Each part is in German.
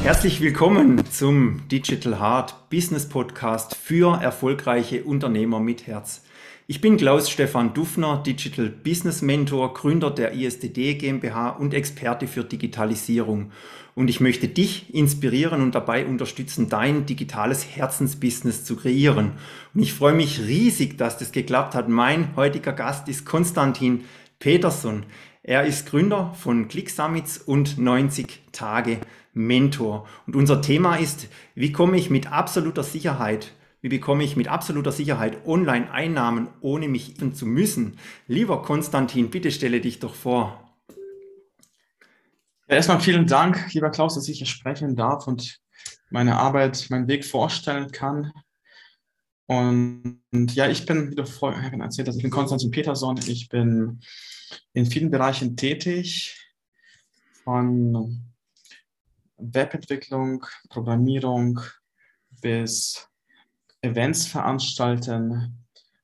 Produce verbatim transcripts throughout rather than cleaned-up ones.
Herzlich willkommen zum Digital Heart Business Podcast für erfolgreiche Unternehmer mit Herz. Ich bin Klaus-Stefan Dufner, Digital Business Mentor, Gründer der I S D D GmbH und Experte für Digitalisierung. Und ich möchte dich inspirieren und dabei unterstützen, dein digitales Herzensbusiness zu kreieren. Und ich freue mich riesig, dass das geklappt hat. Mein heutiger Gast ist Konstantin Peterson. Er ist Gründer von ClickSummits und neunzig Tage Mentor. Und unser Thema ist, wie komme ich mit absoluter Sicherheit, wie bekomme ich mit absoluter Sicherheit Online-Einnahmen, ohne mich impfen zu müssen? Lieber Konstantin, bitte stelle dich doch vor. Ja, erstmal vielen Dank, lieber Klaus, dass ich hier sprechen darf und meine Arbeit, meinen Weg vorstellen kann. Und, und ja, ich bin, wie du vorhin erzählt hast, ich bin Konstantin Peterson. Ich bin in vielen Bereichen tätig, von Webentwicklung, Programmierung bis Events veranstalten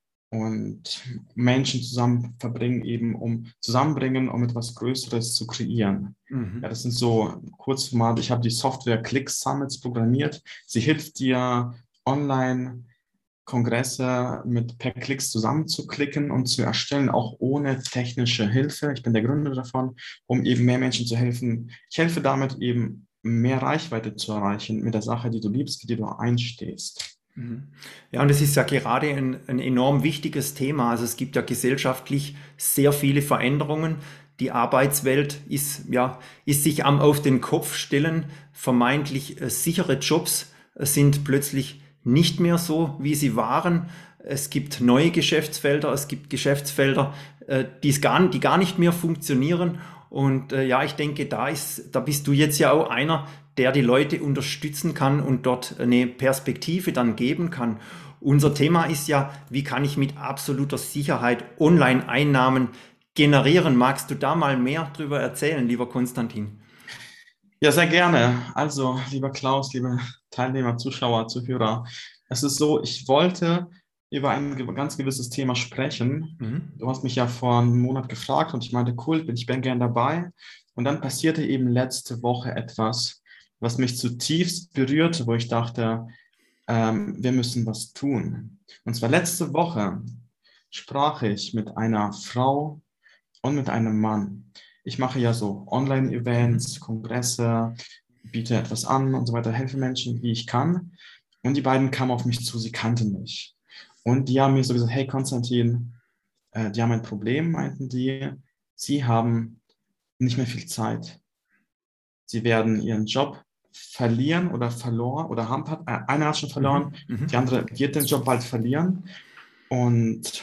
und Menschen zusammen verbringen, eben um zusammenbringen, um etwas Größeres zu kreieren. Mhm. Ja, das sind so Kurzformate. Ich habe die Software ClickSummits programmiert. Sie hilft dir, online Kongresse mit per Klicks zusammenzuklicken und zu erstellen, auch ohne technische Hilfe. Ich bin der Gründer davon, um eben mehr Menschen zu helfen. Ich helfe damit eben, mehr Reichweite zu erreichen mit der Sache, die du liebst, für die du einstehst. Ja, und es ist ja gerade ein, ein enorm wichtiges Thema. Also es gibt ja gesellschaftlich sehr viele Veränderungen. Die Arbeitswelt ist, ja, ist sich am auf den Kopf stellen. Vermeintlich äh, sichere Jobs äh, sind plötzlich nicht mehr so, wie sie waren. Es gibt neue Geschäftsfelder, es gibt Geschäftsfelder, äh, die, es gar, die gar nicht mehr funktionieren. Und äh, ja, ich denke, da ist, da bist du jetzt ja auch einer, der die Leute unterstützen kann und dort eine Perspektive dann geben kann. Unser Thema ist ja, wie kann ich mit absoluter Sicherheit Online-Einnahmen generieren? Magst du da mal mehr drüber erzählen, lieber Konstantin? Ja, sehr gerne. Also, lieber Klaus, liebe Teilnehmer, Zuschauer, Zuhörer, es ist so, ich wollte über ein ganz gewisses Thema sprechen. Mhm. Du hast mich ja vor einem Monat gefragt und ich meinte, cool, ich bin gern dabei. Und dann passierte eben letzte Woche etwas, was mich zutiefst berührte, wo ich dachte, ähm, wir müssen was tun. Und zwar letzte Woche sprach ich mit einer Frau und mit einem Mann. Ich mache ja so Online-Events, Kongresse, biete etwas an und so weiter, helfe Menschen, wie ich kann. Und die beiden kamen auf mich zu, sie kannten mich. Und die haben mir so gesagt, hey Konstantin, äh, die haben ein Problem, meinten die. Sie haben nicht mehr viel Zeit. Sie werden ihren Job verlieren oder verloren oder haben, äh, einer hat schon verloren, mhm. die andere wird den Job bald verlieren. Und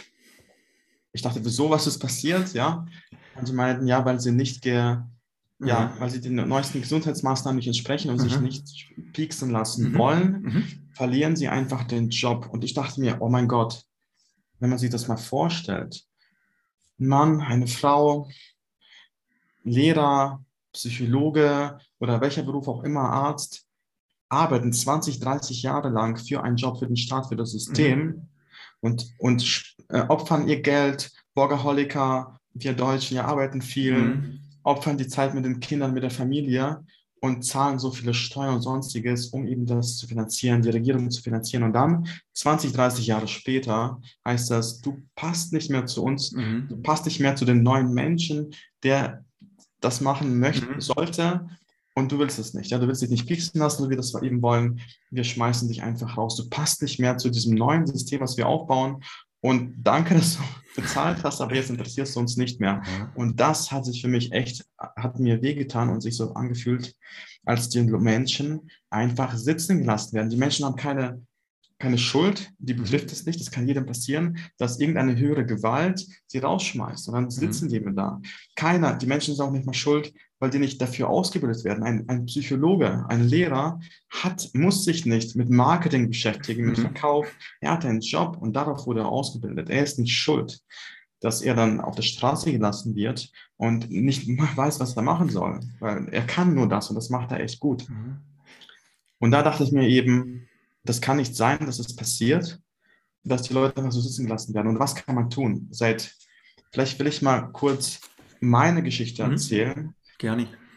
ich dachte, wieso, was ist passiert, ja? Und sie meinten, ja, weil sie nicht, ge, mhm. ja, weil sie den neuesten Gesundheitsmaßnahmen nicht entsprechen und mhm. sich nicht pieksen lassen mhm. wollen, mhm. verlieren sie einfach den Job. Und ich dachte mir, oh mein Gott, wenn man sich das mal vorstellt, ein Mann, eine Frau, Lehrer, Psychologe oder welcher Beruf auch immer, Arzt, arbeiten zwanzig, dreißig Jahre lang für einen Job, für den Staat, für das System mhm. und, und äh, opfern ihr Geld, Workaholiker, wir Deutschen, ja, arbeiten viel, mhm. opfern die Zeit mit den Kindern, mit der Familie und zahlen so viele Steuern und Sonstiges, um eben das zu finanzieren, die Regierung zu finanzieren. Und dann, zwanzig, dreißig Jahre später, heißt das, du passt nicht mehr zu uns, mhm. du passt nicht mehr zu den neuen Menschen, der das machen möchte, mhm. sollte, und du willst es nicht. Ja? Du willst dich nicht pieksen lassen, so wie wir das eben wollen. Wir schmeißen dich einfach raus. Du passt nicht mehr zu diesem neuen System, was wir aufbauen. Und danke, dass du bezahlt hast, aber jetzt interessierst du uns nicht mehr. Mhm. Und das hat sich für mich echt, hat mir wehgetan und sich so angefühlt, als die Menschen einfach sitzen gelassen werden. Die Menschen haben keine keine Schuld, die betrifft es nicht, das kann jedem passieren, dass irgendeine höhere Gewalt sie rausschmeißt und dann sitzen mhm. die immer da. Keiner, die Menschen sind auch nicht mal schuld, weil die nicht dafür ausgebildet werden. Ein, ein Psychologe, ein Lehrer hat, muss sich nicht mit Marketing beschäftigen, mit mhm. Verkauf. Er hat einen Job und darauf wurde er ausgebildet. Er ist nicht schuld, dass er dann auf der Straße gelassen wird und nicht weiß, was er machen soll, weil er kann nur das und das macht er echt gut. Mhm. Und da dachte ich mir eben, das kann nicht sein, dass es passiert, dass die Leute einfach so sitzen gelassen werden. Und was kann man tun? Seit, vielleicht will ich mal kurz meine Geschichte erzählen. Mhm. Gerne.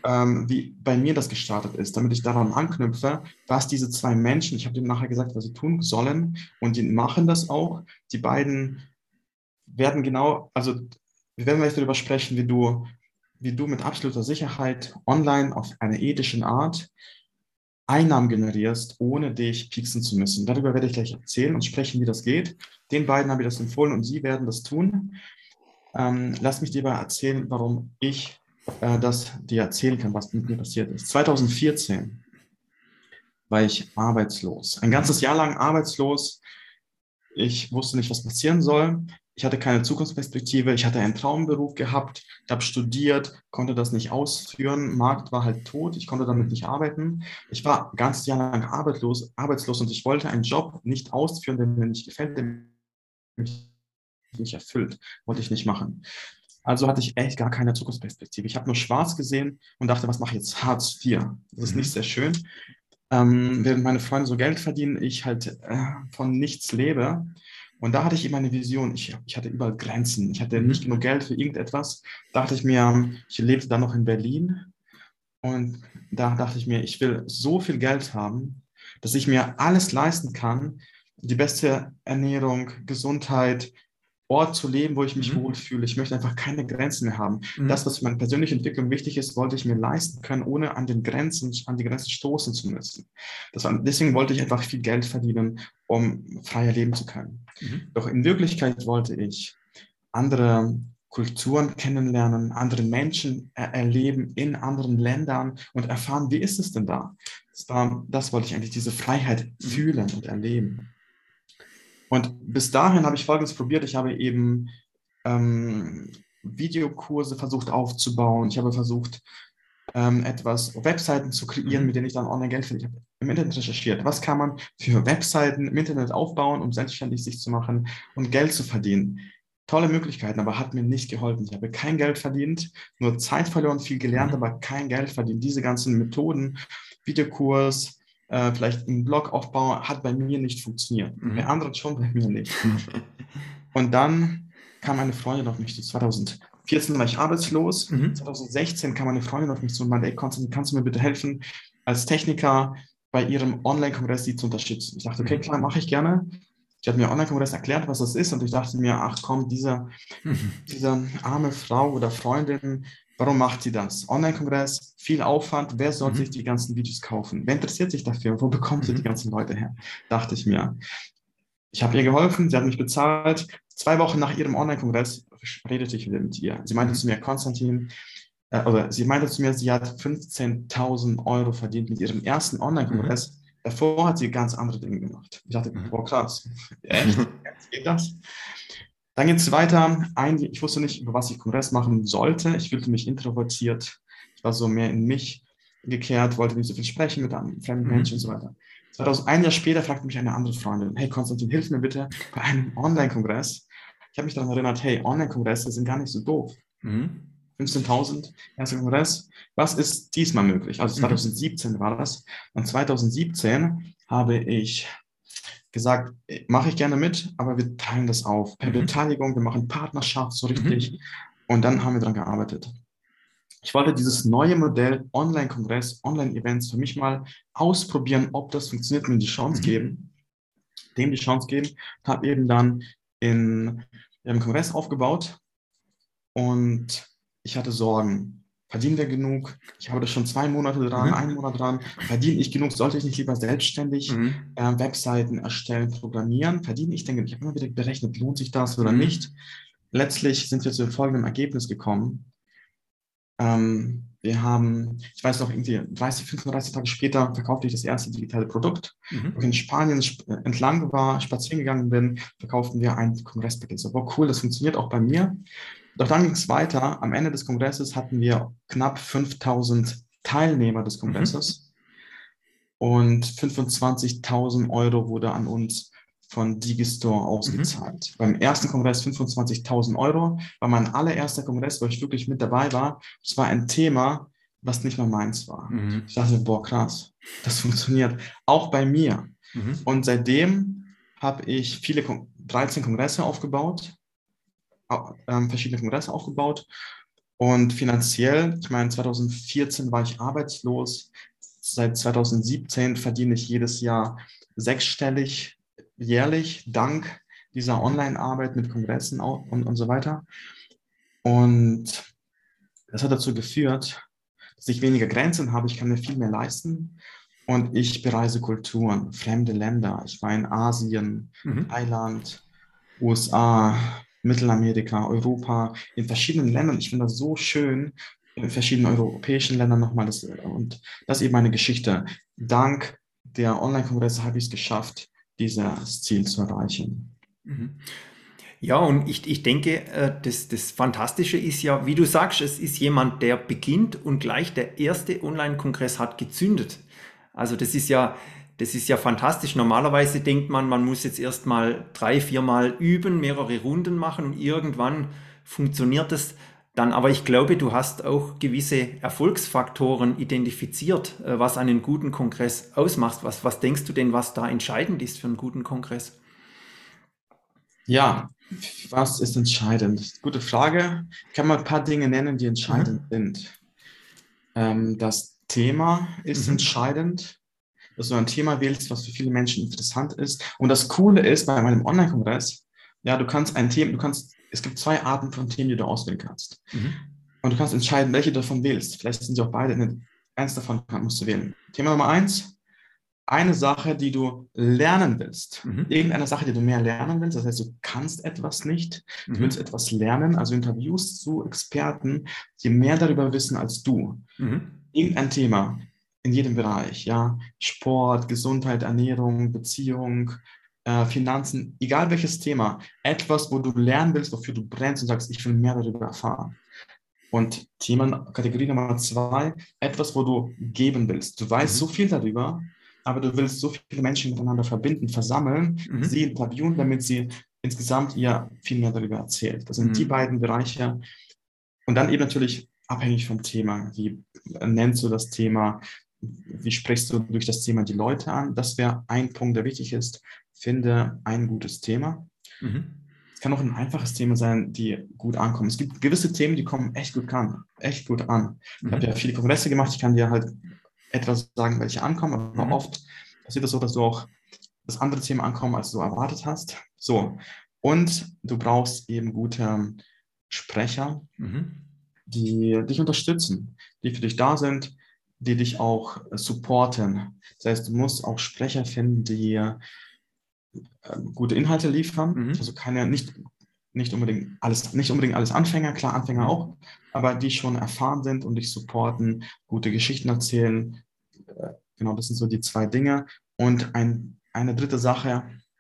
ähm, wie bei mir das gestartet ist, damit ich daran anknüpfe, was diese zwei Menschen, ich habe denen nachher gesagt, was sie tun sollen und die machen das auch. Die beiden werden genau, also wir werden gleich darüber sprechen, wie du, wie du mit absoluter Sicherheit online auf eine ethische Art Einnahmen generierst, ohne dich pieksen zu müssen. Darüber werde ich gleich erzählen und sprechen, wie das geht. Den beiden habe ich das empfohlen und sie werden das tun. Ähm, lass mich dir mal erzählen, warum ich äh, das dir erzählen kann, was mit mir passiert ist. zwanzig vierzehn war ich arbeitslos. Ein ganzes Jahr lang arbeitslos. Ich wusste nicht, was passieren soll. Ich hatte keine Zukunftsperspektive. Ich hatte einen Traumberuf gehabt. Ich habe studiert, konnte das nicht ausführen. Markt war halt tot. Ich konnte damit nicht arbeiten. Ich war ein ganzes Jahr lang arbeitslos, arbeitslos und ich wollte einen Job nicht ausführen, der mir nicht gefällt, der mich nicht erfüllt. Wollte ich nicht machen. Also hatte ich echt gar keine Zukunftsperspektive. Ich habe nur schwarz gesehen und dachte, was mache ich jetzt? Hartz vier. Das ist nicht sehr schön. Ähm, während meine Freunde so Geld verdienen, ich halt äh, von nichts lebe. Und da hatte ich eben eine Vision. Ich, ich hatte überall Grenzen. Ich hatte nicht genug Geld für irgendetwas. Da dachte ich mir, ich lebte dann noch in Berlin. Und da dachte ich mir, ich will so viel Geld haben, dass ich mir alles leisten kann. Die beste Ernährung, Gesundheit, Ort zu leben, wo ich mich Mhm. wohlfühle. Ich möchte einfach keine Grenzen mehr haben. Mhm. Das, was für meine persönliche Entwicklung wichtig ist, wollte ich mir leisten können, ohne an den Grenzen, an die Grenzen stoßen zu müssen. Das war, deswegen wollte ich einfach viel Geld verdienen, um freier leben zu können. Mhm. Doch in Wirklichkeit wollte ich andere Kulturen kennenlernen, andere Menschen er erleben in anderen Ländern und erfahren, wie ist es denn da? Das, war, das wollte ich eigentlich, diese Freiheit fühlen und erleben. Und bis dahin habe ich Folgendes probiert. Ich habe eben ähm, Videokurse versucht aufzubauen. Ich habe versucht, ähm, etwas, Webseiten zu kreieren, Mhm. mit denen ich dann online Geld verdiene. Ich habe im Internet recherchiert. Was kann man für Webseiten im Internet aufbauen, um selbstständig sich zu machen und Geld zu verdienen? Tolle Möglichkeiten, aber hat mir nicht geholfen. Ich habe kein Geld verdient, nur Zeit verloren, viel gelernt, Mhm. aber kein Geld verdient. Diese ganzen Methoden, Videokurs, äh, vielleicht einen Blogaufbau, hat bei mir nicht funktioniert. Mhm. Bei anderen schon, bei mir nicht. Und dann kam eine Freundin auf mich zu. zwanzig vierzehn war ich arbeitslos. Mhm. zwanzig sechzehn kam eine Freundin auf mich zu und meinte, ey, Konstantin, kannst du mir bitte helfen, als Techniker bei ihrem Online-Kongress die zu unterstützen? Ich dachte, okay, Mhm. klar, mache ich gerne. Sie hat mir Online-Kongress erklärt, was das ist und ich dachte mir, ach komm, diese, Mhm. diese arme Frau oder Freundin, warum macht sie das? Online-Kongress, viel Aufwand, wer soll sich Mhm. die ganzen Videos kaufen? Wer interessiert sich dafür? Wo bekommt sie die Mhm. ganzen Leute her? Dachte ich mir. Ich habe ihr geholfen, sie hat mich bezahlt. Zwei Wochen nach ihrem Online-Kongress redete ich wieder mit ihr. Sie meinte zu Mhm. mir, Konstantin, äh, oder sie meinte zu mir, sie hat fünfzehntausend Euro verdient mit ihrem ersten Mhm. Online-Kongress. Davor hat sie ganz andere Dinge gemacht. Ich dachte, Mhm. boah, krass, echt? Jetzt geht das? Dann geht es weiter. Ein, ich wusste nicht, über was ich Kongress machen sollte. Ich fühlte mich introvertiert. Ich war so mehr in mich gekehrt, wollte nicht so viel sprechen mit anderen fremden Menschen und so Mhm. weiter. zweitausend, ein Jahr später fragte mich eine andere Freundin, hey Konstantin, hilf mir bitte bei einem Online-Kongress. Ich habe mich daran erinnert, hey, Online-Kongresse sind gar nicht so doof. Mhm. fünfzehntausend, erster Kongress. Was ist diesmal möglich? Also Mhm. zwanzig siebzehn war das. Und zwanzig siebzehn habe ich gesagt, mache ich gerne mit, aber wir teilen das auf. Per Mhm. Beteiligung, wir machen Partnerschaft so richtig. Mhm. Und dann haben wir daran gearbeitet. Ich wollte dieses neue Modell Online-Kongress, Online-Events für mich mal ausprobieren, ob das funktioniert, mir die Chance Mhm. geben, dem die Chance geben. Habe eben dann in einem Kongress aufgebaut und ich hatte Sorgen. Verdienen wir genug? Ich habe das schon zwei Monate dran, einen Mhm. Monat dran. Verdiene ich genug? Sollte ich nicht lieber selbstständig Mhm. äh, Webseiten erstellen, programmieren? Verdiene ich denn genug? Ich habe immer wieder berechnet, lohnt sich das oder nicht? Mhm. Letztlich sind wir zu folgendem Ergebnis gekommen. Ähm, wir haben, ich weiß noch, irgendwie dreißig, fünfunddreißig Tage später verkaufte ich das erste digitale Produkt. Wo ich in Mhm. Spanien sp entlang war, spazieren gegangen bin, verkauften wir ein Kongresspaket. So, wow, cool, das funktioniert auch bei mir. Doch dann ging es weiter. Am Ende des Kongresses hatten wir knapp fünftausend Teilnehmer des Mhm. Kongresses und fünfundzwanzigtausend Euro wurde an uns von Digistore Mhm. ausgezahlt. Beim ersten Kongress fünfundzwanzigtausend Euro, war mein allererster Kongress, wo ich wirklich mit dabei war. Es war ein Thema, was nicht mal meins war. Mhm. Ich dachte, boah, krass, das funktioniert. Auch bei mir. Mhm. Und seitdem habe ich viele, dreizehn Kongresse aufgebaut, ähm, verschiedene Kongresse aufgebaut Und finanziell, ich meine, zwanzig vierzehn war ich arbeitslos. Seit zwanzig siebzehn verdiene ich jedes Jahr sechsstellig jährlich, dank dieser Online-Arbeit mit Kongressen auch und, und so weiter. Und das hat dazu geführt, dass ich weniger Grenzen habe. Ich kann mir viel mehr leisten. Und ich bereise Kulturen, fremde Länder. Ich war in Asien, Mhm. Thailand, U S A, Mittelamerika, Europa, in verschiedenen Ländern. Ich finde das so schön, in verschiedenen europäischen Ländern nochmal. Das, und das ist eben meine Geschichte. Dank der Online-Kongresse habe ich es geschafft, dieses Ziel zu erreichen. Mhm. Ja, und ich, ich denke, äh, das, das Fantastische ist ja, wie du sagst, es ist jemand, der beginnt und gleich der erste Online-Kongress hat gezündet. Also das ist ja, das ist ja fantastisch. Normalerweise denkt man, man muss jetzt erst mal drei, viermal üben, mehrere Runden machen und irgendwann funktioniert es dann. Aber ich glaube, du hast auch gewisse Erfolgsfaktoren identifiziert, äh, was einen guten Kongress ausmacht. Was, was denkst du denn, was da entscheidend ist für einen guten Kongress? Ja, was ist entscheidend? Gute Frage. Ich kann mal ein paar Dinge nennen, die entscheidend Mhm. sind. Ähm, das Thema ist Mhm. entscheidend, dass du ein Thema wählst, was für viele Menschen interessant ist. Und das Coole ist bei meinem Online-Kongress, ja, du kannst ein Thema, du kannst, es gibt zwei Arten von Themen, die du auswählen kannst. Mhm. Und du kannst entscheiden, welche du davon wählst. Vielleicht sind sie auch beide, ne, eins davon musst du wählen. Thema Nummer eins, eine Sache, die du lernen willst. Mhm. Irgendeine Sache, die du mehr lernen willst. Das heißt, du kannst etwas nicht, du willst Mhm. etwas lernen, also Interviews zu Experten, die mehr darüber wissen als du. Mhm. Irgendein Thema in jedem Bereich, ja, Sport, Gesundheit, Ernährung, Beziehung, äh, Finanzen, egal welches Thema, etwas, wo du lernen willst, wofür du brennst und sagst, ich will mehr darüber erfahren. Und Thema, Kategorie Nummer zwei, etwas, wo du geben willst. Du weißt so Mhm. viel darüber, aber du willst so viele Menschen miteinander verbinden, versammeln, sie Mhm. interviewen, damit sie insgesamt ihr viel mehr darüber erzählt. Das sind die Mhm. beiden Bereiche. Und dann eben natürlich abhängig vom Thema. Wie nennst du das Thema? Wie sprichst du durch das Thema die Leute an? Das wäre ein Punkt, der wichtig ist. Finde ein gutes Thema. Mhm. Es kann auch ein einfaches Thema sein, die gut ankommen. Es gibt gewisse Themen, die kommen echt gut an. Echt gut an. Ich habe ja Mhm. viele Kongresse gemacht. Ich kann dir halt etwas sagen, welche ankommen, aber Mhm. oft passiert es so, dass du auch das andere Thema ankommen, als du erwartet hast. So. Und du brauchst eben gute Sprecher, Mhm. die dich unterstützen, die für dich da sind, die dich auch supporten. Das heißt, du musst auch Sprecher finden, die äh, gute Inhalte liefern. Also Mhm. keine, nicht, nicht unbedingt alles, nicht unbedingt alles Anfänger, klar, Anfänger auch, Mhm. aber die schon erfahren sind und dich supporten, gute Geschichten erzählen. Äh, Genau, das sind so die zwei Dinge. Und ein, eine dritte Sache,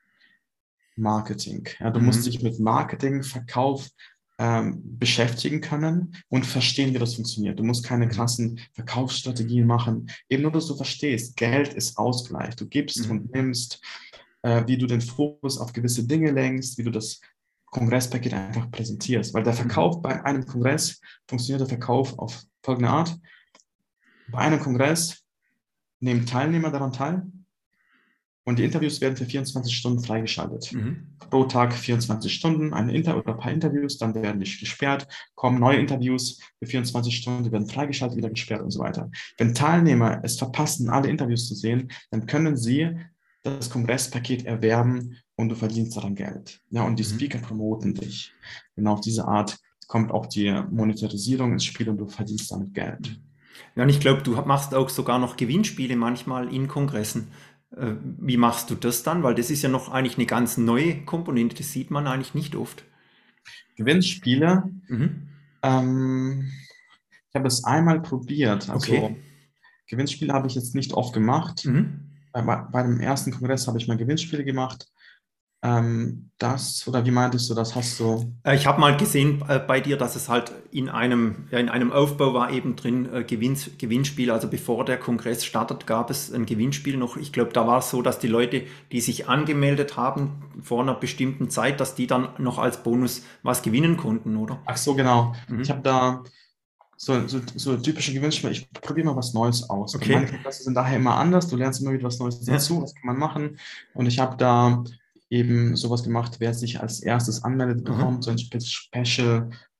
Marketing. Ja, du musst dich Mhm. mit Marketing, Verkauf ähm, beschäftigen können und verstehen, wie das funktioniert. Du musst keine Mhm. krassen Verkaufsstrategien machen. Eben nur, dass du verstehst, Geld ist Ausgleich. Du gibst und Mhm. nimmst, äh, wie du den Fokus auf gewisse Dinge lenkst, wie du das Kongresspaket einfach präsentierst. Weil der Verkauf Mhm. bei einem Kongress funktioniert der Verkauf auf folgende Art. Bei einem Kongress nehmen Teilnehmer daran teil. Und die Interviews werden für vierundzwanzig Stunden freigeschaltet. Mhm. Pro Tag vierundzwanzig Stunden, ein Inter oder ein paar Interviews, dann werden die gesperrt, kommen neue Interviews für vierundzwanzig Stunden, die werden freigeschaltet, wieder gesperrt und so weiter. Wenn Teilnehmer es verpassen, alle Interviews zu sehen, dann können sie das Kongresspaket erwerben und du verdienst daran Geld. Ja, und die Speaker Mhm. promoten dich. Genau auf diese Art kommt auch die Monetarisierung ins Spiel und du verdienst damit Geld. Ja, und ich glaube, du machst auch sogar noch Gewinnspiele manchmal in Kongressen. Äh, Wie machst du das dann? Weil das ist ja noch eigentlich eine ganz neue Komponente, das sieht man eigentlich nicht oft. Gewinnspiele, Mhm. ähm, ich habe es einmal probiert. Okay. Also Gewinnspiele habe ich jetzt nicht oft gemacht. Mhm. Bei, bei dem ersten Kongress habe ich mal Gewinnspiele gemacht. Ähm, das, oder wie meintest du, das hast du? Äh, Ich habe mal gesehen äh, bei dir, dass es halt in einem, ja, in einem Aufbau war eben drin, äh, Gewinns, Gewinnspiel. Also bevor der Kongress startet, gab es ein Gewinnspiel noch. Ich glaube, da war es so, dass die Leute, die sich angemeldet haben vor einer bestimmten Zeit, dass die dann noch als Bonus was gewinnen konnten, oder? Ach so, genau. Ich habe Mhm. da so, so, so typische Gewinnspiele. Ich probiere mal was Neues aus. Meine Okay. Kongresse sind daher immer anders. Du lernst immer wieder was Neues Ja. dazu. Was kann man machen? Und ich habe da eben sowas gemacht, wer sich als erstes anmeldet, bekommt so Mhm. ein Spe- Special.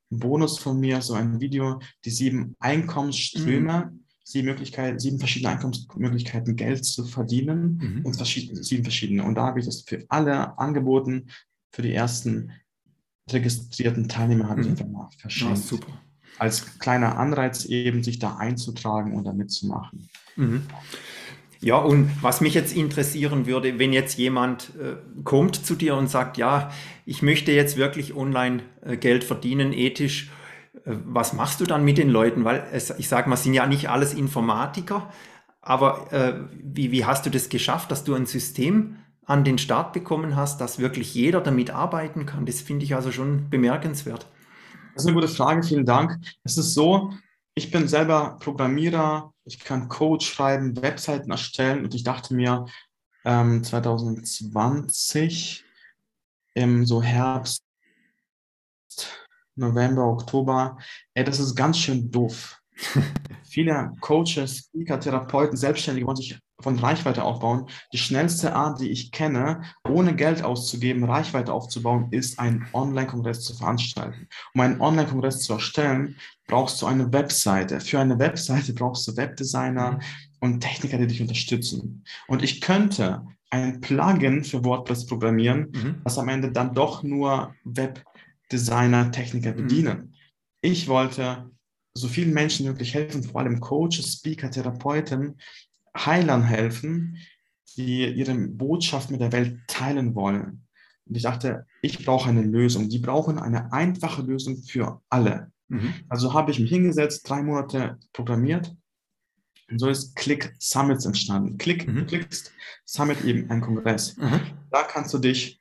Bonus von mir, so ein Video, die sieben Einkommensströme, Mhm. sieben Möglichkeiten, sieben verschiedene Einkommensmöglichkeiten, Geld zu verdienen und Mhm. verschiedene, sieben verschiedene. Und da habe ich das für alle angeboten. Für die ersten registrierten Teilnehmer habe ich einfach Mhm. mal Ja, verschenkt. super. Als kleiner Anreiz eben, sich da einzutragen und da mitzumachen. Mhm. Ja, und was mich jetzt interessieren würde, wenn jetzt jemand äh, kommt zu dir und sagt, ja, ich möchte jetzt wirklich online äh, Geld verdienen, ethisch, äh, was machst du dann mit den Leuten? Weil es, ich sage mal, es sind ja nicht alles Informatiker, aber äh, wie, wie hast du das geschafft, dass du ein System an den Start bekommen hast, dass wirklich jeder damit arbeiten kann? Das finde ich also schon bemerkenswert. Das ist eine gute Frage, vielen Dank. Es ist so, ich bin selber Programmierer, ich kann Code schreiben, Webseiten erstellen und ich dachte mir, ähm, zwanzig zwanzig im so Herbst, November, Oktober, ey, das ist ganz schön doof. Viele Coaches, Speaker, Therapeuten, Selbstständige wollen sich von Reichweite aufbauen. Die schnellste Art, die ich kenne, ohne Geld auszugeben, Reichweite aufzubauen, ist, einen Online-Kongress zu veranstalten. Um einen Online-Kongress zu erstellen, brauchst du eine Webseite. Für eine Webseite brauchst du Webdesigner Mhm. und Techniker, die dich unterstützen. Und ich könnte ein Plugin für WordPress programmieren, Mhm. was am Ende dann doch nur Webdesigner, Techniker Mhm. bedienen. Ich wollte so vielen Menschen wirklich helfen, vor allem Coaches, Speaker, Therapeuten, Heilern helfen, die ihre Botschaft mit der Welt teilen wollen. Und ich dachte, ich brauche eine Lösung. Die brauchen eine einfache Lösung für alle. Mhm. Also habe ich mich hingesetzt, drei Monate programmiert und so ist Click Summits entstanden. Klick, du Mhm. klickst, Summit eben ein Kongress. Mhm. Da kannst du dich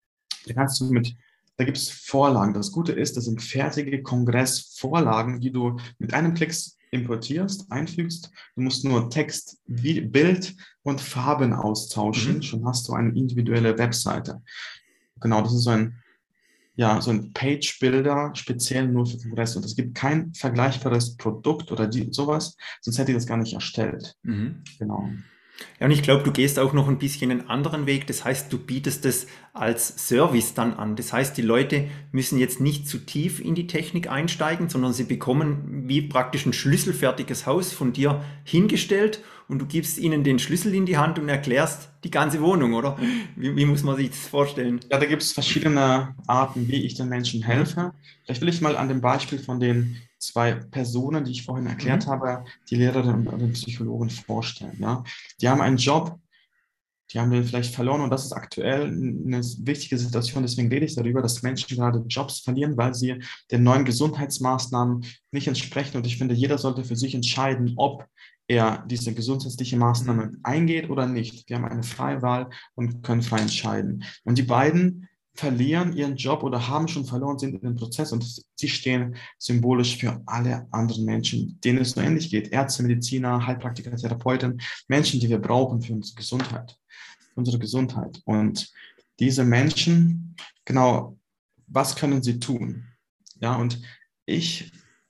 Da kannst du mit, da gibt es Vorlagen. Das Gute ist, das sind fertige Kongressvorlagen, die du mit einem Klick importierst, einfügst. Du musst nur Text, wie, Bild und Farben austauschen. Mhm. Schon hast du eine individuelle Webseite. Genau, das ist so ein, ja, so ein Page-Builder, speziell nur für Kongresse. Und es gibt kein vergleichbares Produkt oder die, sowas, sonst hätte ich das gar nicht erstellt. Mhm. Genau. Ja, und ich glaube, du gehst auch noch ein bisschen einen anderen Weg. Das heißt, du bietest es als Service dann an. Das heißt, die Leute müssen jetzt nicht zu tief in die Technik einsteigen, sondern sie bekommen wie praktisch ein schlüsselfertiges Haus von dir hingestellt und du gibst ihnen den Schlüssel in die Hand und erklärst die ganze Wohnung, oder? Wie, wie muss man sich das vorstellen? Ja, da gibt es verschiedene Arten, wie ich den Menschen Mhm. helfe. Vielleicht will ich mal an dem Beispiel von den zwei Personen, die ich vorhin erklärt Mhm. habe, die Lehrerin und den Psychologen vorstellen. Ja? Die haben einen Job, die haben den vielleicht verloren und das ist aktuell eine wichtige Situation. Deswegen rede ich darüber, dass Menschen gerade Jobs verlieren, weil sie den neuen Gesundheitsmaßnahmen nicht entsprechen. Und ich finde, jeder sollte für sich entscheiden, ob er diese gesundheitliche Maßnahme Mhm. eingeht oder nicht. Wir haben eine freie Wahl und können frei entscheiden. Und die beiden verlieren ihren Job oder haben schon verloren, sind in dem Prozess und sie stehen symbolisch für alle anderen Menschen, denen es so ähnlich geht. Ärzte, Mediziner, Heilpraktiker, Therapeuten, Menschen, die wir brauchen für unsere Gesundheit unsere Gesundheit. Und diese Menschen, genau, was können sie tun? Ja, und ich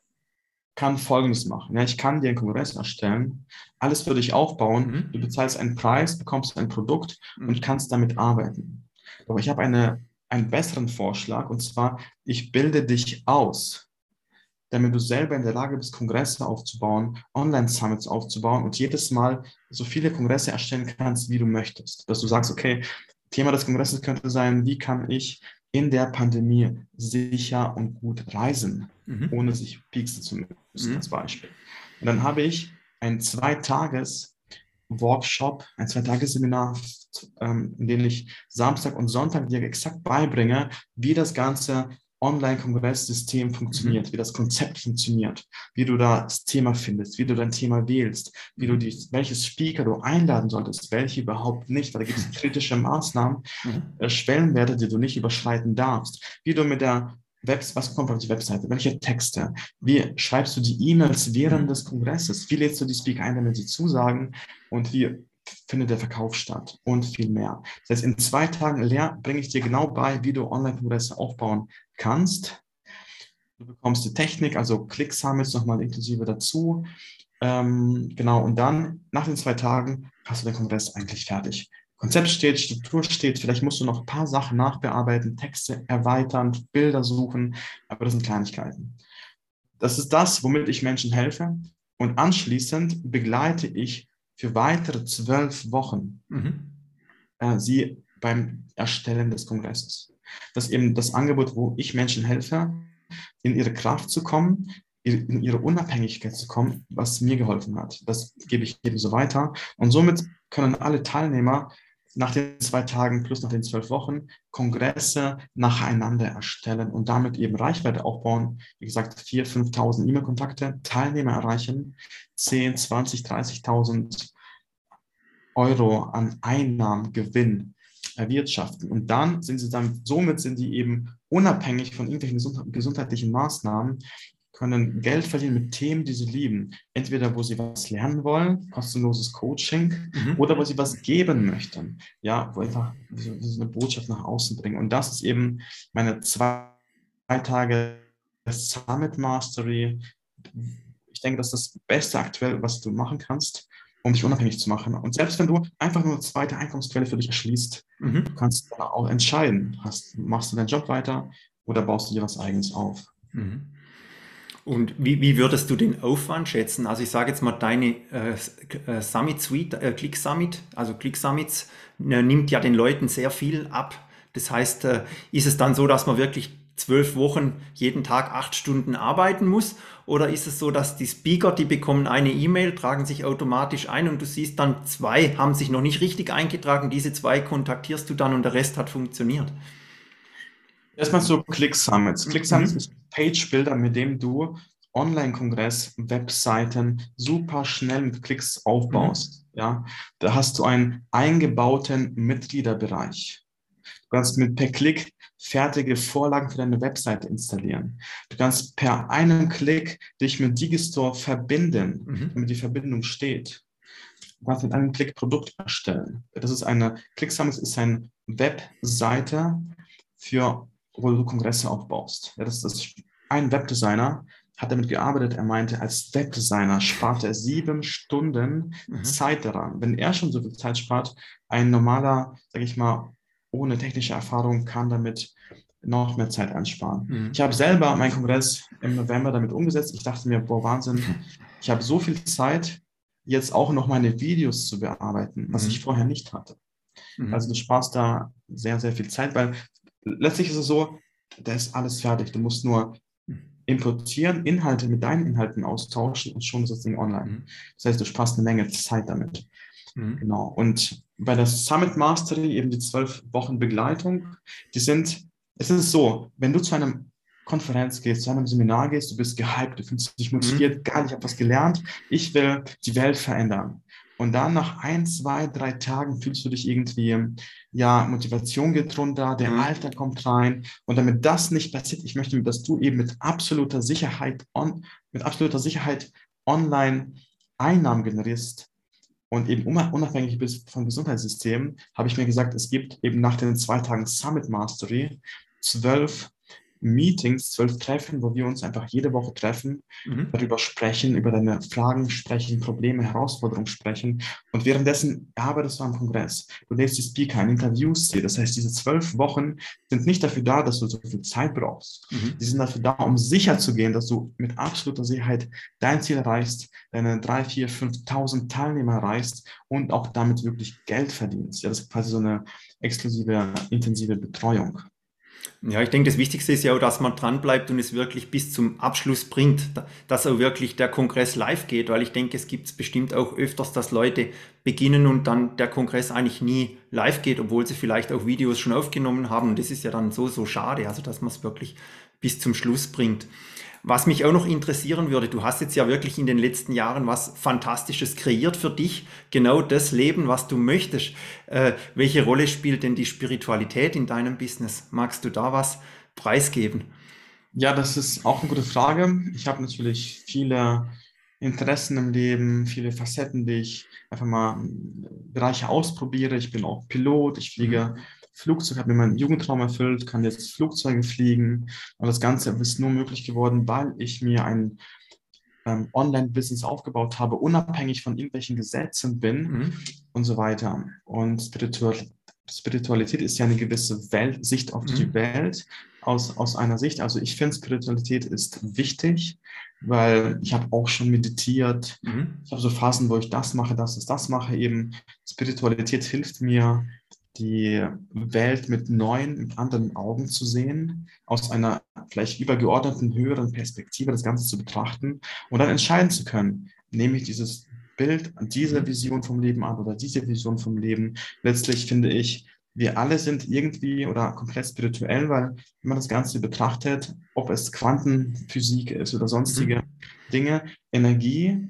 kann Folgendes machen. Ja, ich kann dir einen Kongress erstellen, alles für dich aufbauen. Du Mhm. bezahlst einen Preis, bekommst ein Produkt und Mhm. kannst damit arbeiten. Aber ich habe eine, einen besseren Vorschlag und zwar, ich bilde dich aus, damit du selber in der Lage bist, Kongresse aufzubauen, Online-Summits aufzubauen und jedes Mal so viele Kongresse erstellen kannst, wie du möchtest. Dass du sagst, Mhm. okay, Thema des Kongresses könnte sein, wie kann ich in der Pandemie sicher und gut reisen, Mhm. ohne sich pieksen zu müssen, als Mhm. Beispiel. Und dann habe ich ein Zweitages- Workshop, ein Zweitagesseminar, ähm, in dem ich Samstag und Sonntag dir exakt beibringe, wie das ganze Online-Kongress-System funktioniert, wie Mhm. das Konzept funktioniert, wie du da das Thema findest, wie du dein Thema wählst, wie du die, Mhm. welches Speaker du einladen solltest, welche überhaupt nicht, weil da gibt es kritische Maßnahmen, Mhm. äh, Schwellenwerte, die du nicht überschreiten darfst, wie du mit der Webs, was kommt auf die Webseite, welche Texte, wie schreibst du die E-Mails während des Mhm. Kongresses, wie lädst du die Speaker ein, damit sie zusagen und wie findet der Verkauf statt und viel mehr. Das heißt, in zwei Tagen lehr bringe ich dir genau bei, wie du Online-Kongresse aufbauen kannst. Du bekommst die Technik, also Click-Summits nochmal inklusive dazu. Ähm, genau, und dann nach den zwei Tagen hast du den Kongress eigentlich fertig. Du Konzept steht, Struktur steht, vielleicht musst du noch ein paar Sachen nachbearbeiten, Texte erweitern, Bilder suchen, aber das sind Kleinigkeiten. Das ist das, womit ich Menschen helfe. Und anschließend begleite ich für weitere zwölf Wochen Mhm. äh, sie beim Erstellen des Kongresses. Das ist eben das Angebot, wo ich Menschen helfe, in ihre Kraft zu kommen, in ihre Unabhängigkeit zu kommen, was mir geholfen hat. Das gebe ich eben so weiter. Und somit können alle Teilnehmer nach den zwei Tagen plus nach den zwölf Wochen Kongresse nacheinander erstellen und damit eben Reichweite aufbauen. Wie gesagt, viertausend, fünftausend E-Mail-Kontakte, Teilnehmer erreichen, zehn, zwanzig, dreißigtausend Euro an Einnahmen, Gewinn erwirtschaften. Und dann sind sie dann, somit sind die eben unabhängig von irgendwelchen gesundheitlichen Maßnahmen, können Geld verdienen mit Themen, die sie lieben. Entweder, wo sie was lernen wollen, kostenloses Coaching, Mhm. oder wo sie was geben möchten. Ja, wo einfach so eine Botschaft nach außen bringen. Und das ist eben meine zwei Tage Summit Mastery. Ich denke, das ist das Beste aktuell, was du machen kannst, um dich unabhängig zu machen. Und selbst wenn du einfach nur eine zweite Einkommensquelle für dich erschließt, Mhm. du kannst dann auch entscheiden, hast, machst du deinen Job weiter oder baust du dir was Eigenes auf. Mhm. Und wie, wie würdest du den Aufwand schätzen? Also ich sage jetzt mal, deine äh, äh, Summit Suite, äh, Click Summit, also Click Summits, äh, nimmt ja den Leuten sehr viel ab. Das heißt, äh, ist es dann so, dass man wirklich zwölf Wochen jeden Tag acht Stunden arbeiten muss? Oder ist es so, dass die Speaker, die bekommen eine E-Mail, tragen sich automatisch ein und du siehst dann, zwei haben sich noch nicht richtig eingetragen, diese zwei kontaktierst du dann und der Rest hat funktioniert? Erstmal zu Click Summits. Click Summits Mhm. ist ein Page-Builder, mit dem du Online-Kongress, Webseiten super schnell mit Klicks Mhm. aufbaust. Ja, da hast du einen eingebauten Mitgliederbereich. Du kannst mit per Klick fertige Vorlagen für deine Webseite installieren. Du kannst per einem Klick dich mit Digistore verbinden, Mhm. damit die Verbindung steht. Du kannst mit einem Klick Produkt erstellen. Das ist eine, ClickSummit ist eine Webseite für, wo du Kongresse aufbaust. Ja, das ist ein Webdesigner, hat damit gearbeitet. Er meinte, als Webdesigner spart er sieben Stunden Mhm. Zeit daran. Wenn er schon so viel Zeit spart, ein normaler, sage ich mal, ohne technische Erfahrung kann damit noch mehr Zeit einsparen. Ich Mhm. habe selber meinen Kongress im November damit umgesetzt. Ich dachte mir, boah, Wahnsinn, ich habe so viel Zeit, jetzt auch noch meine Videos zu bearbeiten, was ich Mhm. vorher nicht hatte. Also du Mhm. sparst da sehr, sehr viel Zeit, weil letztlich ist es so, da ist alles fertig. Du musst nur importieren, Inhalte mit deinen Inhalten austauschen und schon ist das Ding online. Mhm. Das heißt, du sparst eine Menge Zeit damit. Mhm. Genau. Und bei der Summit Mastery, eben die zwölf Wochen Begleitung, die sind, es ist so, wenn du zu einem Konferenz gehst, zu einem Seminar gehst, du bist gehypt, du fühlst dich Mhm. motiviert, geil, ich habe was gelernt, ich will die Welt verändern. Und dann nach ein, zwei, drei Tagen fühlst du dich irgendwie, ja, Motivation geht runter, der Mhm. Alltag kommt rein. Und damit das nicht passiert, ich möchte, dass du eben mit absoluter Sicherheit, on, mit absoluter Sicherheit online Einnahmen generierst, und eben unabhängig bist vom Gesundheitssystem, habe ich mir gesagt, es gibt eben nach den zwei Tagen Summit Mastery zwölf Meetings, zwölf Treffen, wo wir uns einfach jede Woche treffen, Mhm. darüber sprechen, über deine Fragen sprechen, Probleme, Herausforderungen sprechen. Und währenddessen arbeitest du am Kongress. Du lädst die Speaker ein, interviewst sie. Das heißt, diese zwölf Wochen sind nicht dafür da, dass du so viel Zeit brauchst. Die Mhm. sind dafür da, um sicher zu gehen, dass du mit absoluter Sicherheit dein Ziel erreichst, deine drei, vier, fünftausend Teilnehmer erreichst und auch damit wirklich Geld verdienst. Ja, das ist quasi so eine exklusive, intensive Betreuung. Ja, ich denke, das Wichtigste ist ja auch, dass man dranbleibt und es wirklich bis zum Abschluss bringt, da- dass auch wirklich der Kongress live geht, weil ich denke, es gibt es bestimmt auch öfters, dass Leute beginnen und dann der Kongress eigentlich nie live geht, obwohl sie vielleicht auch Videos schon aufgenommen haben. Und das ist ja dann so, so schade, also dass man es wirklich bis zum Schluss bringt. Was mich auch noch interessieren würde, du hast jetzt ja wirklich in den letzten Jahren was Fantastisches kreiert für dich, genau das Leben, was du möchtest. Äh, welche Rolle spielt denn die Spiritualität in deinem Business? Magst du da was preisgeben? Ja, das ist auch eine gute Frage. Ich habe natürlich viele Interessen im Leben, viele Facetten, die ich einfach mal ähm, Bereiche ausprobiere. Ich bin auch Pilot, ich fliege Mhm. Flugzeug, habe mir meinen Jugendtraum erfüllt, kann jetzt Flugzeuge fliegen. Und das Ganze ist nur möglich geworden, weil ich mir ein ähm, Online-Business aufgebaut habe, unabhängig von irgendwelchen Gesetzen bin Mhm. und so weiter. Und Spiritual Spiritualität ist ja eine gewisse Welt, Sicht auf die Mhm. Welt aus, aus einer Sicht. Also ich finde, Spiritualität ist wichtig, weil ich habe auch schon meditiert. Mhm. Ich habe so Phasen, wo ich das mache, das ist das mache eben. Spiritualität hilft mir, die Welt mit neuen, mit anderen Augen zu sehen, aus einer vielleicht übergeordneten, höheren Perspektive das Ganze zu betrachten und dann entscheiden zu können, nehme ich dieses Bild, diese Mhm. Vision vom Leben an oder diese Vision vom Leben. Letztlich finde ich, wir alle sind irgendwie oder komplett spirituell, weil wenn man das Ganze betrachtet, ob es Quantenphysik ist oder sonstige Mhm. Dinge, Energie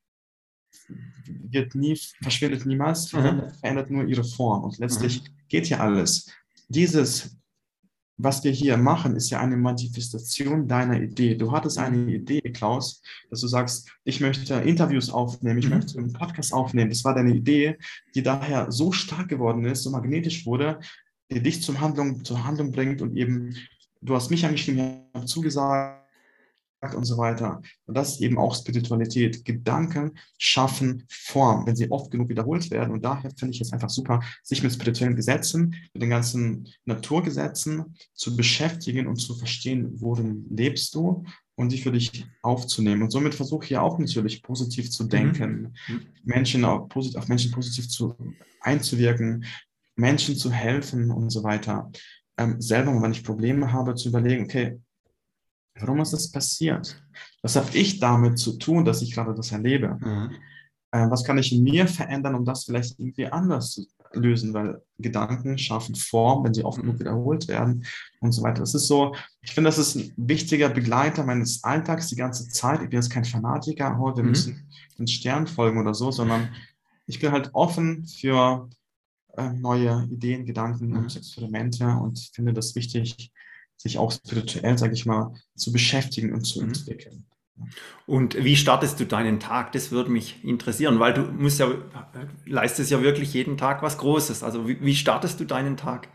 wird nie, verschwindet niemals, Mhm. verändert, verändert nur ihre Form. Und letztlich Mhm. geht ja alles. Dieses, was wir hier machen, ist ja eine Manifestation deiner Idee. Du hattest eine Mhm. Idee, Klaus, dass du sagst, ich möchte Interviews aufnehmen, ich möchte Mhm. einen Podcast aufnehmen. Das war deine Idee, die daher so stark geworden ist, so magnetisch wurde, die dich zum Handlung, zur Handlung bringt und eben, du hast mich angeschrieben, ich habe zugesagt, und so weiter. Und das ist eben auch Spiritualität. Gedanken schaffen Form, wenn sie oft genug wiederholt werden. Und daher finde ich es einfach super, sich mit spirituellen Gesetzen, mit den ganzen Naturgesetzen zu beschäftigen und zu verstehen, worin lebst du und die für dich aufzunehmen. Und somit versuche ich ja auch natürlich positiv zu Mhm. denken, Mhm. Menschen auf, posit- auf Menschen positiv zu, einzuwirken, Menschen zu helfen und so weiter. Ähm, selber, wenn ich Probleme habe, zu überlegen, okay, warum ist das passiert? Was habe ich damit zu tun, dass ich gerade das erlebe? Mhm. Äh, was kann ich in mir verändern, um das vielleicht irgendwie anders zu lösen? Weil Gedanken schaffen Form, wenn sie oft genug Mhm. wiederholt werden und so weiter. Das ist so, ich finde, das ist ein wichtiger Begleiter meines Alltags die ganze Zeit. Ich bin jetzt kein Fanatiker, oh, wir müssen Mhm. den Stern folgen oder so, sondern ich bin halt offen für äh, neue Ideen, Gedanken und Mhm. Experimente und finde das wichtig, sich auch spirituell, sage ich mal, zu beschäftigen und zu Mhm. entwickeln. Und wie startest du deinen Tag? Das würde mich interessieren, weil du musst ja, leistest ja wirklich jeden Tag was Großes. Also wie, wie startest du deinen Tag?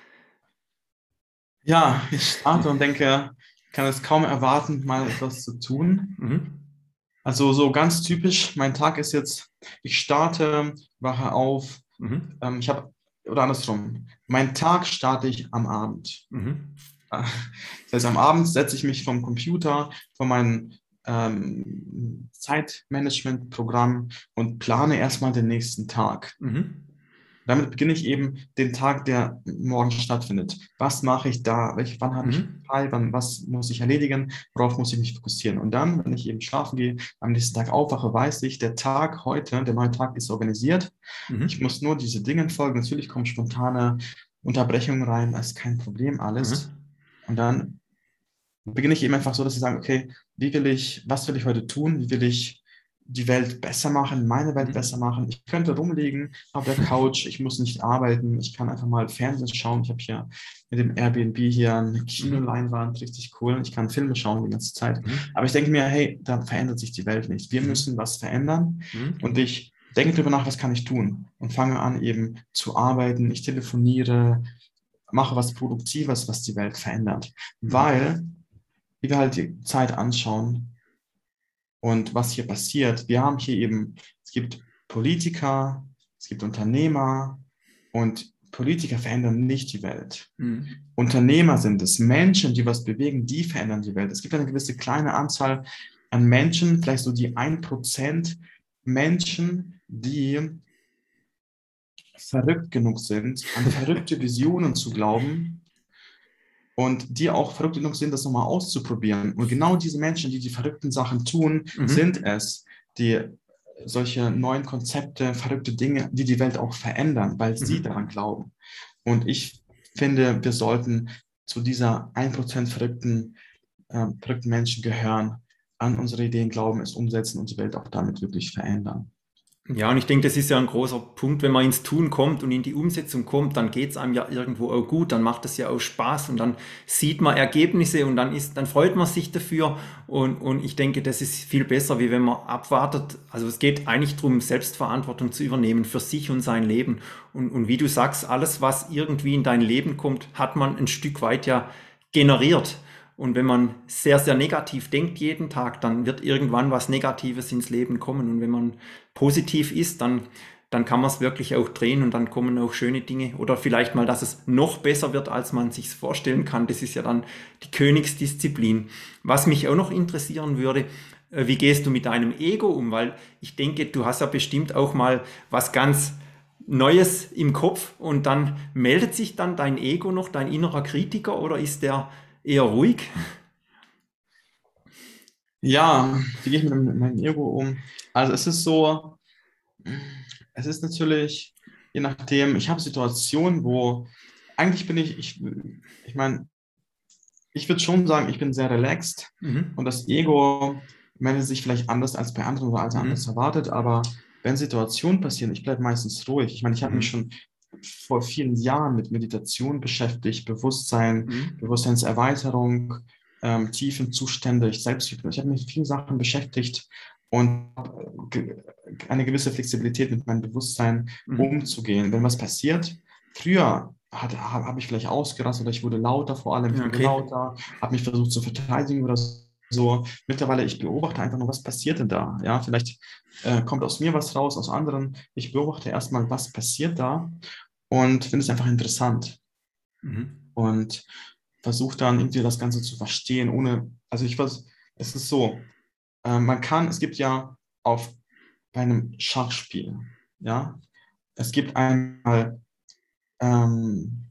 Ja, ich starte und denke, kann es kaum erwarten, mal etwas zu tun. Mhm. Also so ganz typisch, mein Tag ist jetzt, ich starte, wache auf, Mhm. ähm, ich habe, oder andersrum, mein Tag starte ich am Abend. Mhm. Das heißt, am Abend setze ich mich vom Computer, von meinem ähm, Zeitmanagement-Programm und plane erstmal den nächsten Tag. Mhm. Damit beginne ich eben den Tag, der morgen stattfindet. Was mache ich da? Welch, wann habe ich Mhm. frei? Wann, was muss ich erledigen? Worauf muss ich mich fokussieren? Und dann, wenn ich eben schlafen gehe, am nächsten Tag aufwache, weiß ich, der Tag heute, der neue Tag ist organisiert. Ich Mhm. muss nur diese Dinge folgen. Natürlich kommen spontane Unterbrechungen rein, das ist kein Problem alles. Mhm. Und dann beginne ich eben einfach so, dass ich sage, okay, wie will ich, was will ich heute tun? Wie will ich die Welt besser machen, meine Welt besser Mhm. machen? Ich könnte rumliegen auf der Couch, ich muss nicht arbeiten, ich kann einfach mal Fernsehen schauen. Ich habe hier mit dem Airbnb hier eine Mhm. Kinoleinwand, richtig cool. Ich kann Filme schauen die ganze Zeit. Mhm. Aber ich denke mir, hey, da verändert sich die Welt nicht. Wir Mhm. müssen was verändern Mhm. und ich denke darüber nach, was kann ich tun? Und fange an eben zu arbeiten. Ich telefoniere, mache was Produktives, was die Welt verändert. Mhm. Weil wie wir halt die Zeit anschauen und was hier passiert. Wir haben hier eben, es gibt Politiker, es gibt Unternehmer und Politiker verändern nicht die Welt. Mhm. Unternehmer sind es, Menschen, die was bewegen, die verändern die Welt. Es gibt eine gewisse kleine Anzahl an Menschen, vielleicht so die ein Prozent Menschen, die verrückt genug sind, an verrückte Visionen zu glauben und die auch verrückt genug sind, das nochmal auszuprobieren. Und genau diese Menschen, die die verrückten Sachen tun, Mhm. sind es, die solche neuen Konzepte, verrückte Dinge, die die Welt auch verändern, weil sie daran Mhm. glauben. Und ich finde, wir sollten zu dieser ein Prozent verrückten, äh, verrückten Menschen gehören, an unsere Ideen glauben, es umsetzen und die Welt auch damit wirklich verändern. Ja, und ich denke, das ist ja ein großer Punkt, wenn man ins Tun kommt und in die Umsetzung kommt, dann geht es einem ja irgendwo auch gut, dann macht es ja auch Spaß und dann sieht man Ergebnisse und dann ist, dann freut man sich dafür und, und ich denke, das ist viel besser, wie wenn man abwartet. Also es geht eigentlich darum, Selbstverantwortung zu übernehmen für sich und sein Leben. Und, und wie du sagst, alles, was irgendwie in dein Leben kommt, hat man ein Stück weit ja generiert. Und wenn man sehr, sehr negativ denkt jeden Tag, dann wird irgendwann was Negatives ins Leben kommen. Und wenn man positiv ist, dann, dann kann man es wirklich auch drehen und dann kommen auch schöne Dinge. Oder vielleicht mal, dass es noch besser wird, als man sich vorstellen kann. Das ist ja dann die Königsdisziplin. Was mich auch noch interessieren würde, äh, wie gehst du mit deinem Ego um? Weil ich denke, du hast ja bestimmt auch mal was ganz Neues im Kopf und dann meldet sich dann dein Ego noch, dein innerer Kritiker, oder ist der eher ruhig? Ja, wie gehe ich mit, dem- mit meinem Ego um? Also es ist so, es ist natürlich, je nachdem, ich habe Situationen, wo eigentlich bin ich, ich, ich meine, ich würde schon sagen, ich bin sehr relaxed Mhm. und das Ego meldet sich vielleicht anders als bei anderen oder als anders Mhm. erwartet, aber wenn Situationen passieren, ich bleibe meistens ruhig. Ich meine, ich habe mich Mhm. schon vor vielen Jahren mit Meditation beschäftigt, Bewusstsein, Mhm. Bewusstseinserweiterung, ähm, Tiefenzustände, ich selbst, ich habe mich mit vielen Sachen beschäftigt und hab ge- eine gewisse Flexibilität mit meinem Bewusstsein Mhm. umzugehen. Wenn was passiert, früher habe hab ich vielleicht ausgerastet oder ich wurde lauter, vor allem ich Ja, wurde okay. lauter, habe mich versucht zu verteidigen oder so. Mittlerweile, ich beobachte einfach nur, was passiert denn da? Ja, vielleicht äh, kommt aus mir was raus, aus anderen. Ich beobachte erstmal, was passiert da und finde es einfach interessant Mhm. und versuche dann irgendwie das Ganze zu verstehen, ohne, also ich weiß, es ist so, äh, man kann, es gibt ja auf bei einem Schachspiel, ja, es gibt einmal ähm,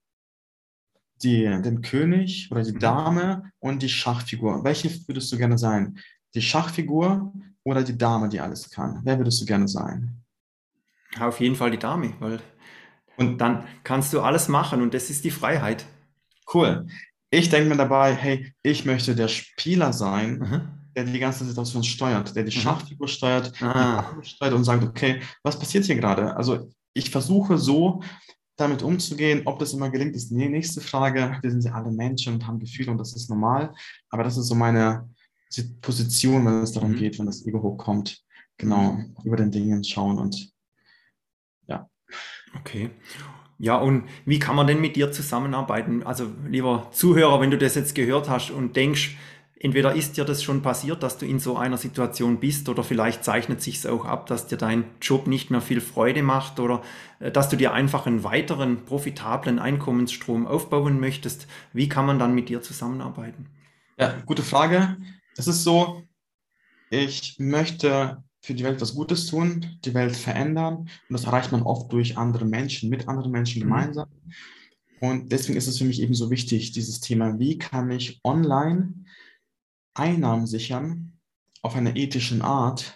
die, den König oder die Mhm. Dame und die Schachfigur. Welche würdest du gerne sein? Die Schachfigur oder die Dame, die alles kann? Wer würdest du gerne sein? Auf jeden Fall die Dame, weil Und dann kannst du alles machen und das ist die Freiheit. cool. Ich denke mir dabei, hey, ich möchte der Spieler sein, Mhm. der die ganze Situation steuert, der die Mhm. Schachfigur steuert, die Ah. Dame steuert und sagt, okay, was passiert hier gerade? Also ich versuche so damit umzugehen. Ob das immer gelingt, ist die nächste Frage. Wir sind ja alle Menschen und haben Gefühle und das ist normal. Aber das ist so meine Position, wenn es darum geht, Mhm. wenn das Ego hochkommt. Genau, Mhm. über den Dingen schauen und ja. Okay. Ja, und wie kann man denn mit dir zusammenarbeiten? Also, lieber Zuhörer, wenn du das jetzt gehört hast und denkst, entweder ist dir das schon passiert, dass du in so einer Situation bist, oder vielleicht zeichnet sich es auch ab, dass dir dein Job nicht mehr viel Freude macht, oder äh, dass du dir einfach einen weiteren profitablen Einkommensstrom aufbauen möchtest. Wie kann man dann mit dir zusammenarbeiten? Ja, gute Frage. Es ist so, ich möchte für die Welt was Gutes tun, die Welt verändern und das erreicht man oft durch andere Menschen, mit anderen Menschen Mhm. gemeinsam. Und deswegen ist es für mich eben so wichtig, dieses Thema, wie kann ich online Einnahmen sichern auf eine ethische Art,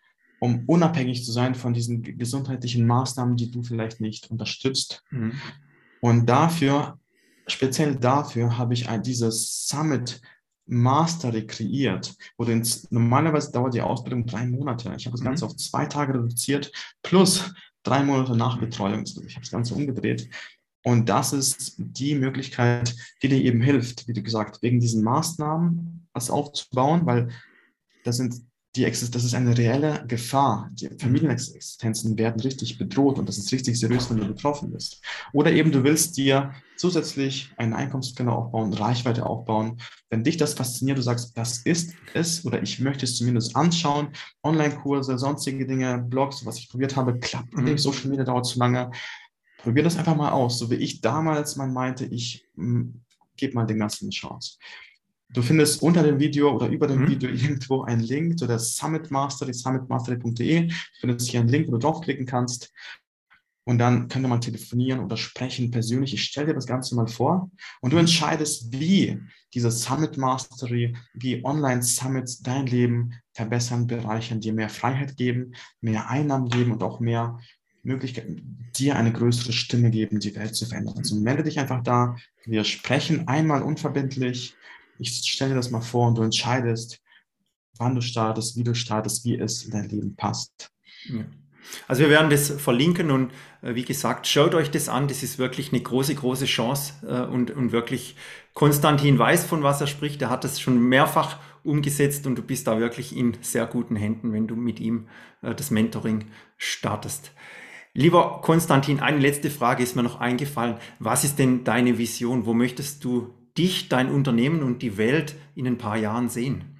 um unabhängig zu sein von diesen gesundheitlichen Maßnahmen, die du vielleicht nicht unterstützt. Mhm. Und dafür, speziell dafür, habe ich ein, dieses Summit Mastery kreiert, wo den, normalerweise dauert die Ausbildung drei Monate. Ich habe das Ganze auf Mhm. zwei Tage reduziert, plus drei Monate Mhm. Nachbetreuung. Also ich habe das Ganze umgedreht. Und das ist die Möglichkeit, die dir eben hilft, wie du gesagt, wegen diesen Maßnahmen was aufzubauen, weil das sind die Exist das ist eine reelle Gefahr. Die Mhm. Familienexistenzen werden richtig bedroht und das ist richtig seriös, wenn du betroffen bist. Oder eben du willst dir zusätzlich eine Einkommensquelle aufbauen, Reichweite aufbauen. Wenn dich das fasziniert, du sagst, das ist es oder ich möchte es zumindest anschauen, Online-Kurse, sonstige Dinge, Blogs, was ich probiert habe, klappt nicht, Mhm. Social Media dauert zu lange. Probier das einfach mal aus, so wie ich damals mal meinte, ich gebe mal den Ganzen eine Chance. Du findest unter dem Video oder über dem Video Mhm. irgendwo einen Link zu der Summit Mastery, summitmastery punkt de. Du findest hier einen Link, wo du draufklicken kannst. Und dann können wir mal telefonieren oder sprechen persönlich. Ich stelle dir das Ganze mal vor und du Mhm. entscheidest, wie diese Summit Mastery, wie Online-Summits dein Leben verbessern, bereichern, dir mehr Freiheit geben, mehr Einnahmen geben und auch mehr Möglichkeiten, dir eine größere Stimme geben, die Welt zu verändern. Also melde dich einfach da. Wir sprechen einmal unverbindlich. Ich stelle dir das mal vor und du entscheidest, wann du startest, wie du startest, wie es in dein Leben passt. Ja. Also wir werden das verlinken und äh, wie gesagt, schaut euch das an. Das ist wirklich eine große, große Chance äh, und, und wirklich Konstantin weiß, von was er spricht. Er hat das schon mehrfach umgesetzt und du bist da wirklich in sehr guten Händen, wenn du mit ihm äh, das Mentoring startest. Lieber Konstantin, eine letzte Frage ist mir noch eingefallen. Was ist denn deine Vision? Wo möchtest du dich, dein Unternehmen und die Welt in ein paar Jahren sehen?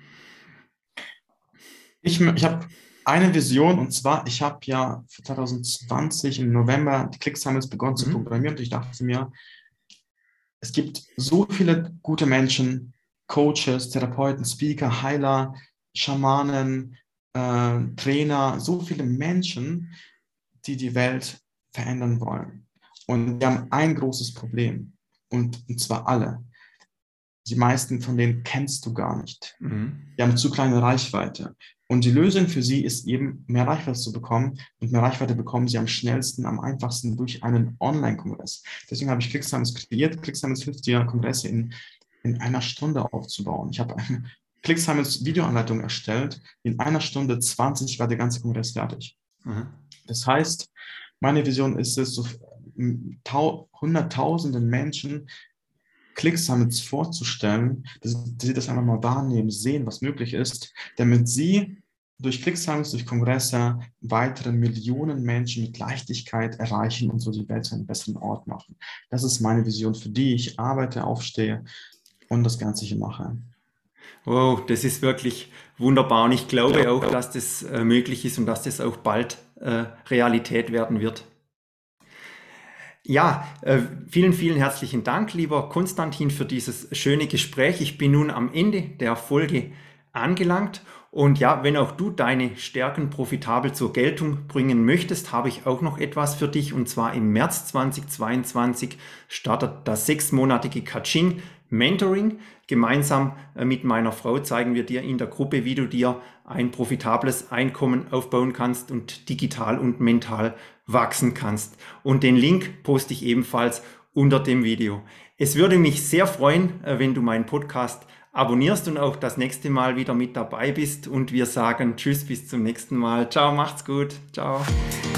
Ich, ich habe eine Vision, und zwar, ich habe ja zwanzig zwanzig im November die ClickSummits begonnen zu Mhm. programmieren, und ich dachte mir, es gibt so viele gute Menschen, Coaches, Therapeuten, Speaker, Heiler, Schamanen, äh, Trainer, so viele Menschen, die die Welt verändern wollen. Und wir haben ein großes Problem, und, und zwar alle. Die meisten von denen kennst du gar nicht. Mhm. Die haben zu kleine Reichweite. Und die Lösung für sie ist eben, mehr Reichweite zu bekommen. Und mehr Reichweite bekommen sie am schnellsten, am einfachsten durch einen Online-Kongress. Deswegen habe ich ClickSummits kreiert. ClickSummits hilft dir, Kongresse in, in einer Stunde aufzubauen. Ich habe eine ClickSummits Videoanleitung erstellt. In einer Stunde zwanzig war der ganze Kongress fertig. Mhm. Das heißt, meine Vision ist es, so tau- hunderttausenden Menschen ClickSummits vorzustellen, dass sie das einfach mal wahrnehmen, sehen, was möglich ist, damit sie durch ClickSummits, durch Kongresse weitere Millionen Menschen mit Leichtigkeit erreichen und so die Welt zu einem besseren Ort machen. Das ist meine Vision, für die ich arbeite, aufstehe und das Ganze hier mache. Wow, das ist wirklich wunderbar und ich glaube auch, dass das äh, möglich ist und dass das auch bald äh, Realität werden wird. Ja, äh, vielen, vielen herzlichen Dank, lieber Konstantin, für dieses schöne Gespräch. Ich bin nun am Ende der Folge angelangt. Und ja, wenn auch du deine Stärken profitabel zur Geltung bringen möchtest, habe ich auch noch etwas für dich. Und zwar im März zweitausendzweiundzwanzig startet das sechsmonatige Coaching Mentoring. Gemeinsam äh, mit meiner Frau zeigen wir dir in der Gruppe, wie du dir ein profitables Einkommen aufbauen kannst und digital und mental wachsen kannst. Und den Link poste ich ebenfalls unter dem Video. Es würde mich sehr freuen, äh, wenn du meinen Podcast abonnierst und auch das nächste Mal wieder mit dabei bist. Und wir sagen Tschüss, bis zum nächsten Mal. Ciao, macht's gut. Ciao.